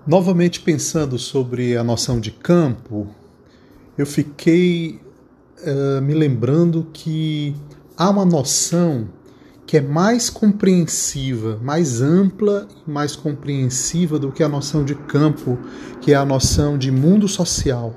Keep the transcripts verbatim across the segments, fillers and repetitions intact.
Novamente pensando sobre a noção de campo, eu fiquei uh, me lembrando que há uma noção que é mais compreensiva, mais ampla e mais compreensiva do que a noção de campo, que é a noção de mundo social.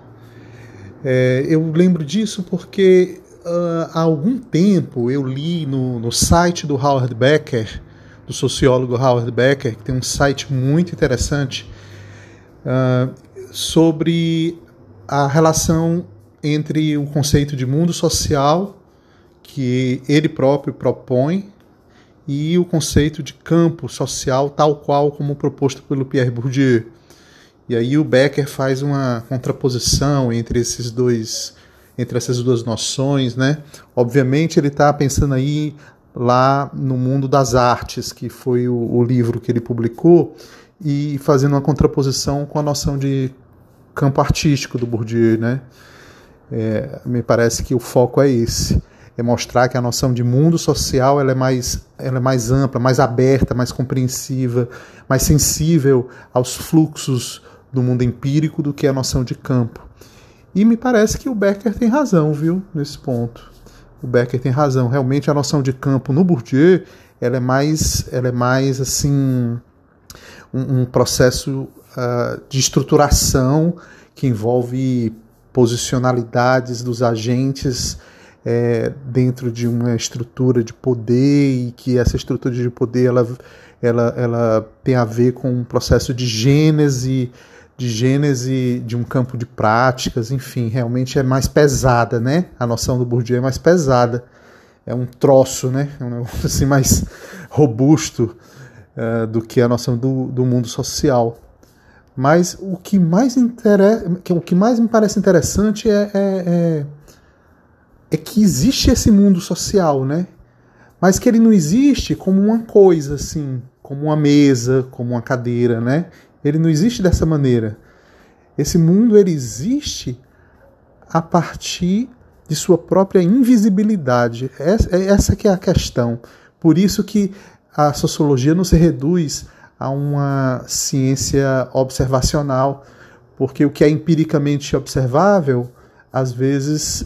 É, eu lembro disso porque uh, há algum tempo eu li no, no site do Howard Becker, do sociólogo Howard Becker, que tem um site muito interessante, uh, sobre a relação entre o conceito de mundo social, que ele próprio propõe, e o conceito de campo social, tal qual como proposto pelo Pierre Bourdieu. E aí o Becker faz uma contraposição entre esses dois, entre essas duas noções, né? Obviamente ele está pensando aí lá no mundo das artes, que foi o, o livro que ele publicou, e fazendo uma contraposição com a noção de campo artístico do Bourdieu, né? É, me parece que o foco é esse. É mostrar que a noção de mundo social ela é, mais, ela é mais ampla, mais aberta, mais compreensiva, mais sensível aos fluxos do mundo empírico do que a noção de campo. E me parece que o Becker tem razão, viu, nesse ponto. O Becker tem razão. Realmente a noção de campo no Bourdieu ela é mais, ela é mais assim, um, um processo uh, de estruturação que envolve posicionalidades dos agentes É, dentro de uma estrutura de poder, e que essa estrutura de poder ela, ela, ela tem a ver com um processo de gênese, de gênese de um campo de práticas, enfim, realmente é mais pesada, né? A noção do Bourdieu é mais pesada, é um troço, né? É um negócio assim mais robusto uh, do que a noção do, do mundo social. Mas o que mais, interessa, o que mais me parece interessante é, é, é é que existe esse mundo social, né? Mas que ele não existe como uma coisa, assim, como uma mesa, como uma cadeira, né? Ele não existe dessa maneira. Esse mundo, ele existe a partir de sua própria invisibilidade. Essa que é a questão. Por isso que a sociologia não se reduz a uma ciência observacional, porque o que é empiricamente observável às vezes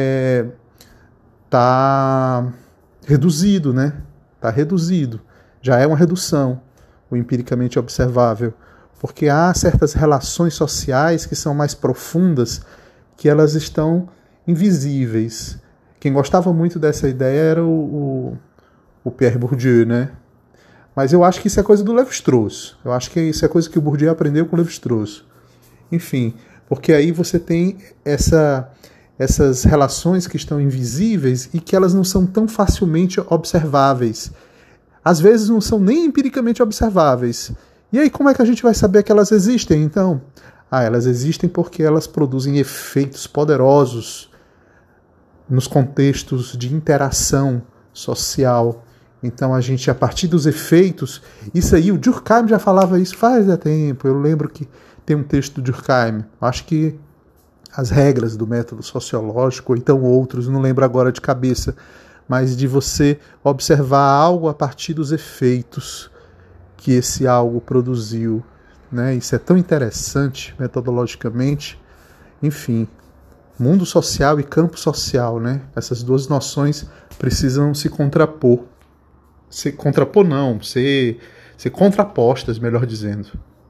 está é, reduzido, né? Está reduzido. Já é uma redução, o empiricamente observável. Porque há certas relações sociais que são mais profundas, que elas estão invisíveis. Quem gostava muito dessa ideia era o, o, o Pierre Bourdieu, né? Mas eu acho que isso é coisa do Lévi-Strauss. Eu acho que isso é coisa que o Bourdieu aprendeu com o Lévi-Strauss. Enfim, porque aí você tem essa, essas relações que estão invisíveis e que elas não são tão facilmente observáveis. Às vezes não são nem empiricamente observáveis. E aí como é que a gente vai saber que elas existem, então? Ah, elas existem porque elas produzem efeitos poderosos nos contextos de interação social. Então a gente, a partir dos efeitos, isso aí, o Durkheim já falava isso faz tempo, eu lembro que tem um texto do Durkheim, acho que as regras do método sociológico, ou então outros, não lembro agora de cabeça, mas de você observar algo a partir dos efeitos que esse algo produziu, né? Isso é tão interessante metodologicamente. Enfim, mundo social e campo social, né? Essas duas noções precisam se contrapor. Se contrapor não, ser, ser contrapostas, melhor dizendo.